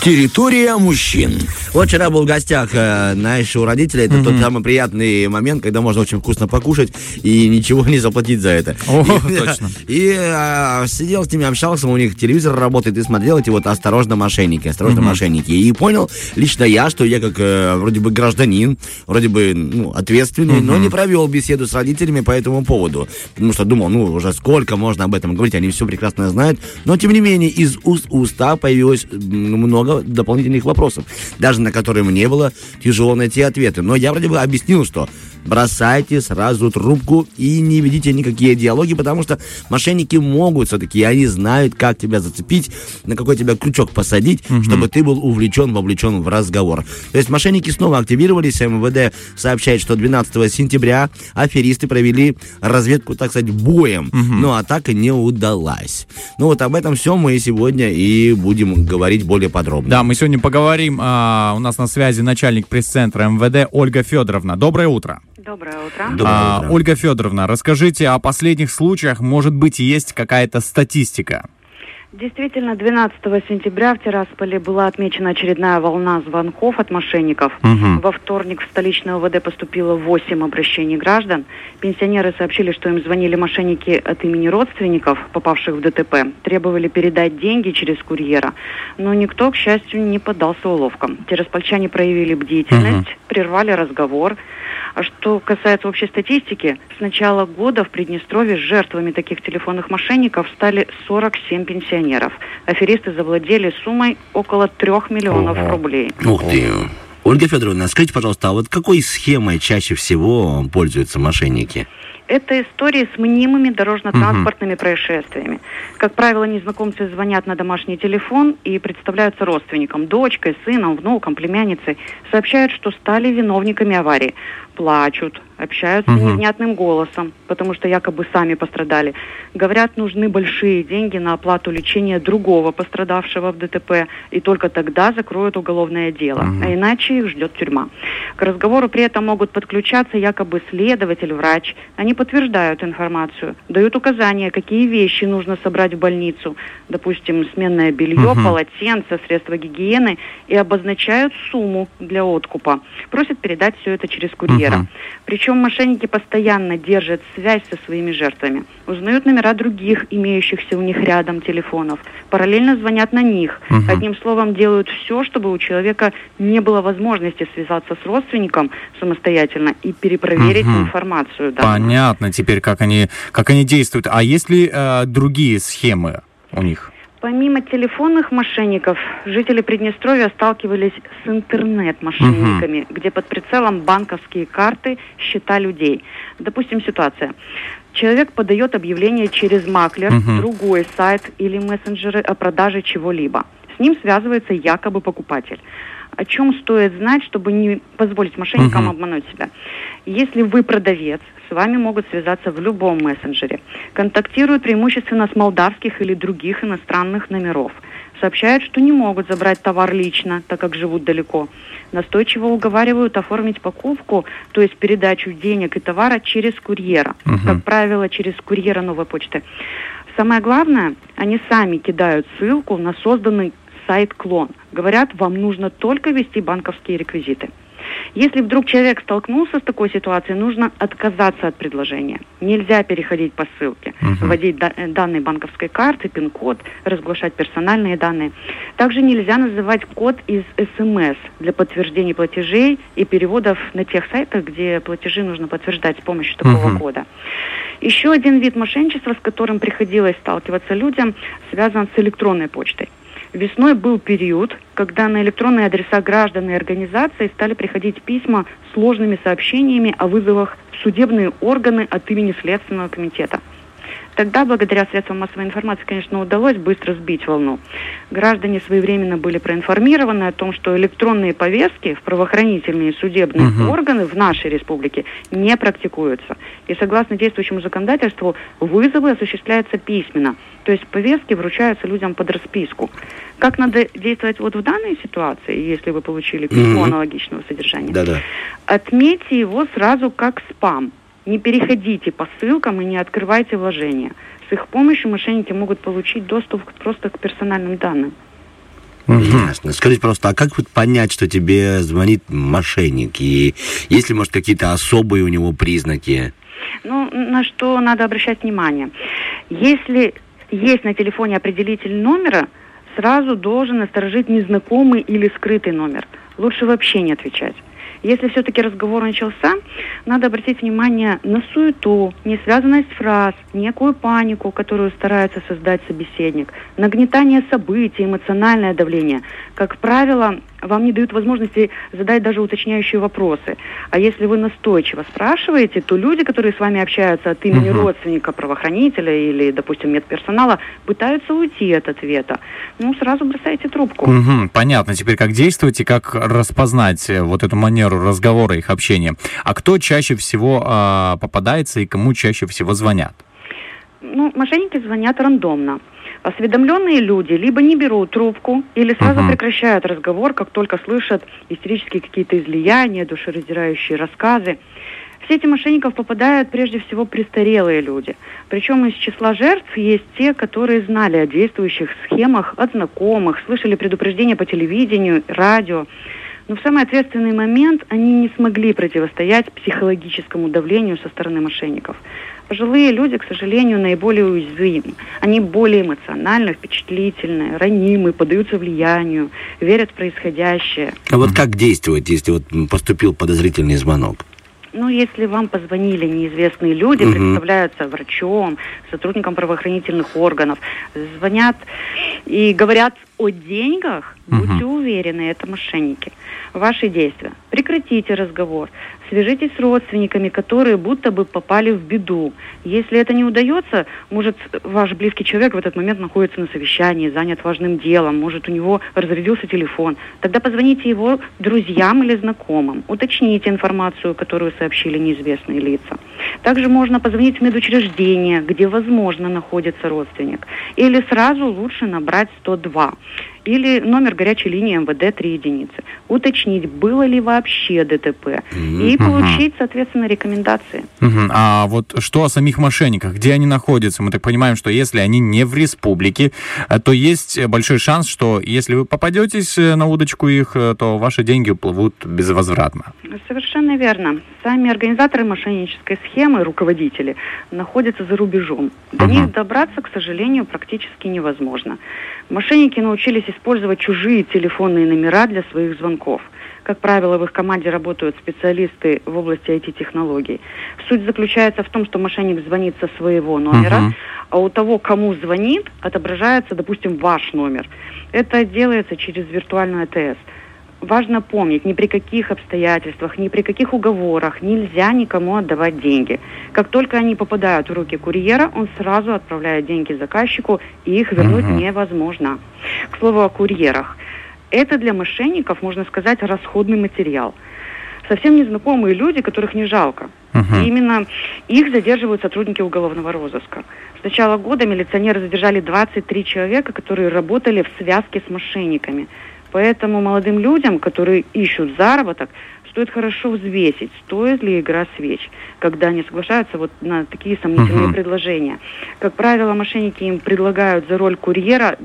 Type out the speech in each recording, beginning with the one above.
Территория мужчин. Вот вчера был в гостях, знаешь, у родителей. Это тот самый приятный момент, когда можно очень вкусно покушать и ничего не заплатить за это. Точно. И сидел с ними, общался, у них телевизор работает, и смотрел эти вот «Осторожно, мошенники», «Осторожно, мошенники». И понял лично я, что я как вроде бы гражданин, вроде бы ответственный, но не провел беседу с родителями по этому поводу. Потому что думал, уже сколько можно об этом говорить, они все прекрасно знают. Но, тем не менее, из уст в уста появилось много дополнительных вопросов, даже на которые мне было тяжело найти ответы. Но я вроде бы объяснил, что бросайте сразу трубку и не ведите никакие диалоги, потому что мошенники могут все-таки, они знают, как тебя зацепить, на какой тебя крючок посадить, чтобы ты был вовлечен в разговор. То есть мошенники снова активировались. МВД сообщает, что 12 сентября аферисты провели разведку, так сказать, боем, но атака не удалась. Вот об этом все мы сегодня и будем говорить более подробно. Да, мы сегодня поговорим. У нас на связи начальник пресс-центра МВД Ольга Федоровна. Доброе утро. Доброе утро. Доброе утро. Ольга Федоровна, расскажите о последних случаях. Может быть, есть какая-то статистика? Действительно, 12 сентября в Тирасполе была отмечена очередная волна звонков от мошенников. Во вторник в столичное ОВД поступило 8 обращений граждан. Пенсионеры сообщили, что им звонили мошенники от имени родственников, попавших в ДТП. Требовали передать деньги через курьера. Но никто, к счастью, не поддался уловкам. Тираспольчане проявили бдительность, прервали разговор. А что касается общей статистики, с начала года в Приднестровье жертвами таких телефонных мошенников стали 47 пенсионеров. Аферисты завладели суммой около 3 миллионов рублей. Ух ты. Ольга Федоровна, скажите, пожалуйста, а вот какой схемой чаще всего пользуются мошенники? Это истории с мнимыми дорожно-транспортными происшествиями. Как правило, незнакомцы звонят на домашний телефон и представляются родственникам, дочкой, сыном, внуком, племянницей. Сообщают, что стали виновниками аварии. Плачут, общаются невнятным голосом, потому что якобы сами пострадали. Говорят, нужны большие деньги на оплату лечения другого пострадавшего в ДТП, и только тогда закроют уголовное дело, а иначе их ждет тюрьма. К разговору при этом могут подключаться якобы следователь, врач. Они подтверждают информацию, дают указания, какие вещи нужно собрать в больницу, допустим, сменное белье, полотенце, средства гигиены, и обозначают сумму для откупа. Просят передать все это через курьера. Причем мошенники постоянно держат связь со своими жертвами, узнают номера других, имеющихся у них рядом телефонов, параллельно звонят на них. Одним словом, делают все, чтобы у человека не было возможности связаться с родственником самостоятельно и перепроверить информацию. Да. Понятно теперь, как они действуют. А есть ли другие схемы у них? Помимо телефонных мошенников, жители Приднестровья сталкивались с интернет-мошенниками, где под прицелом банковские карты, счета людей. Допустим, ситуация. Человек подает объявление через маклер, другой сайт или мессенджеры о продаже чего-либо. С ним связывается якобы покупатель. О чем стоит знать, чтобы не позволить мошенникам обмануть себя? Если вы продавец, с вами могут связаться в любом мессенджере. Контактируют преимущественно с молдавских или других иностранных номеров. Сообщают, что не могут забрать товар лично, так как живут далеко. Настойчиво уговаривают оформить покупку, то есть передачу денег и товара через курьера. Как правило, через курьера Новой почты. Самое главное, они сами кидают ссылку на созданный сайт-клон. Говорят, вам нужно только ввести банковские реквизиты. Если вдруг человек столкнулся с такой ситуацией, нужно отказаться от предложения. Нельзя переходить по ссылке, вводить данные банковской карты, пин-код, разглашать персональные данные. Также нельзя называть код из СМС для подтверждения платежей и переводов на тех сайтах, где платежи нужно подтверждать с помощью такого кода. Еще один вид мошенничества, с которым приходилось сталкиваться людям, связан с электронной почтой. Весной был период, когда на электронные адреса граждан и организаций стали приходить письма с сложными сообщениями о вызовах в судебные органы от имени Следственного комитета. Тогда, благодаря средствам массовой информации, конечно, удалось быстро сбить волну. Граждане своевременно были проинформированы о том, что электронные повестки в правоохранительные и судебные органы в нашей республике не практикуются. И согласно действующему законодательству, вызовы осуществляются письменно. То есть повестки вручаются людям под расписку. Как надо действовать вот в данной ситуации, если вы получили письмо аналогичного содержания? Да-да. Отметьте его сразу как спам. Не переходите по ссылкам и не открывайте вложения. С их помощью мошенники могут получить доступ просто к персональным данным. Ясно. Скажите просто, а как вот понять, что тебе звонит мошенник? И есть ли, может, какие-то особые у него признаки? Ну, на что надо обращать внимание? Если есть на телефоне определитель номера, сразу должен насторожить незнакомый или скрытый номер. Лучше вообще не отвечать. Если все-таки разговор начался, надо обратить внимание на суету, несвязанность фраз, некую панику, которую старается создать собеседник, нагнетание событий, эмоциональное давление. Как правило, вам не дают возможности задать даже уточняющие вопросы. А если вы настойчиво спрашиваете, то люди, которые с вами общаются от имени родственника, правоохранителя или, допустим, медперсонала, пытаются уйти от ответа. Ну, сразу бросайте трубку. Понятно. Теперь как действовать и как распознать вот эту манеру разговора, их общения. А кто чаще всего попадается и кому чаще всего звонят? Ну, мошенники звонят рандомно. Осведомленные люди либо не берут трубку, или сразу прекращают разговор, как только слышат истерические какие-то излияния, душераздирающие рассказы. В сети мошенников попадают прежде всего престарелые люди. Причем из числа жертв есть те, которые знали о действующих схемах от знакомых, слышали предупреждения по телевидению, радио. Но в самый ответственный момент они не смогли противостоять психологическому давлению со стороны мошенников. Пожилые люди, к сожалению, наиболее уязвимы. Они более эмоционально впечатлительны, ранимы, поддаются влиянию, верят в происходящее. А вот как действовать, если вот поступил подозрительный звонок? Ну, если вам позвонили неизвестные люди, представляются врачом, сотрудником правоохранительных органов, звонят и говорят о деньгах, будьте уверены, это мошенники. Ваши действия. Прекратите разговор. Свяжитесь с родственниками, которые будто бы попали в беду. Если это не удается, может, ваш близкий человек в этот момент находится на совещании, занят важным делом, может, у него разрядился телефон. Тогда позвоните его друзьям или знакомым. Уточните информацию, которую сообщили неизвестные лица. Также можно позвонить в медучреждение, где, возможно, находится родственник. Или сразу лучше набрать 102. Или номер горячей линии МВД 3 единицы. Уточнить, было ли вообще ДТП. И получить, соответственно, рекомендации. А вот что о самих мошенниках? Где они находятся? Мы так понимаем, что если они не в республике, то есть большой шанс, что если вы попадетесь на удочку их, то ваши деньги уплывут безвозвратно. Совершенно верно. Сами организаторы мошеннической схемы, руководители, находятся за рубежом. До них добраться, к сожалению, практически невозможно. Мошенники научились использовать чужие телефонные номера для своих звонков. Как правило, в их команде работают специалисты в области IT-технологий. Суть заключается в том, что мошенник звонит со своего номера, а у того, кому звонит, отображается, допустим, ваш номер. Это делается через виртуальную АТС. Важно помнить, ни при каких обстоятельствах, ни при каких уговорах нельзя никому отдавать деньги. Как только они попадают в руки курьера, он сразу отправляет деньги заказчику, и их вернуть невозможно. К слову о курьерах. Это для мошенников, можно сказать, расходный материал. Совсем незнакомые люди, которых не жалко. И именно их задерживают сотрудники уголовного розыска. С начала года милиционеры задержали 23 человека, которые работали в связке с мошенниками. Поэтому молодым людям, которые ищут заработок, стоит хорошо взвесить, стоит ли игра свеч, когда они соглашаются вот на такие сомнительные предложения. Как правило, мошенники им предлагают за роль курьера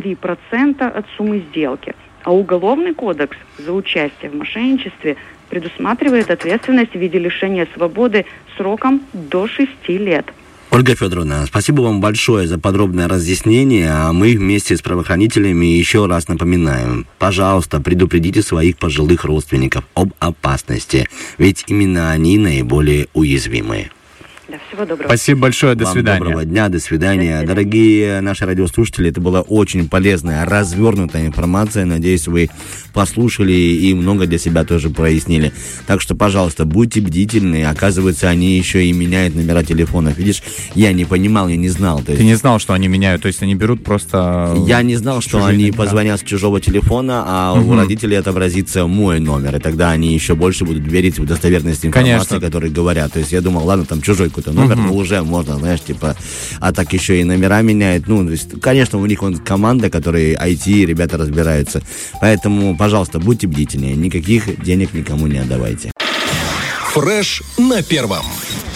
2-3% от суммы сделки. А Уголовный кодекс за участие в мошенничестве предусматривает ответственность в виде лишения свободы сроком до 6 лет. Ольга Федоровна, спасибо вам большое за подробное разъяснение, а мы вместе с правоохранителями еще раз напоминаем. Пожалуйста, предупредите своих пожилых родственников об опасности, ведь именно они наиболее уязвимые. Да, всего доброго. Спасибо большое, до свидания. Доброго дня, до свидания. Дорогие наши радиослушатели, это была очень полезная, развернутая информация. Надеюсь, вы послушали и много для себя тоже прояснили. Так что, пожалуйста, будьте бдительны. Оказывается, они еще и меняют номера телефонов. Видишь, я не понимал, я не знал. То есть... Ты не знал, что они меняют, то есть они берут просто... Я не знал, что они позвонят с чужого телефона, а у родителей отобразится мой номер. И тогда они еще больше будут верить в достоверность информации, которую говорят. То есть я думал, ладно, там чужой какой-то номер, но уже можно, знаешь, типа, а так еще и номера меняют. Ну, то есть, конечно, у них команда, которые IT, ребята разбираются. Поэтому, пожалуйста, будьте бдительнее. Никаких денег никому не отдавайте. Фреш на первом.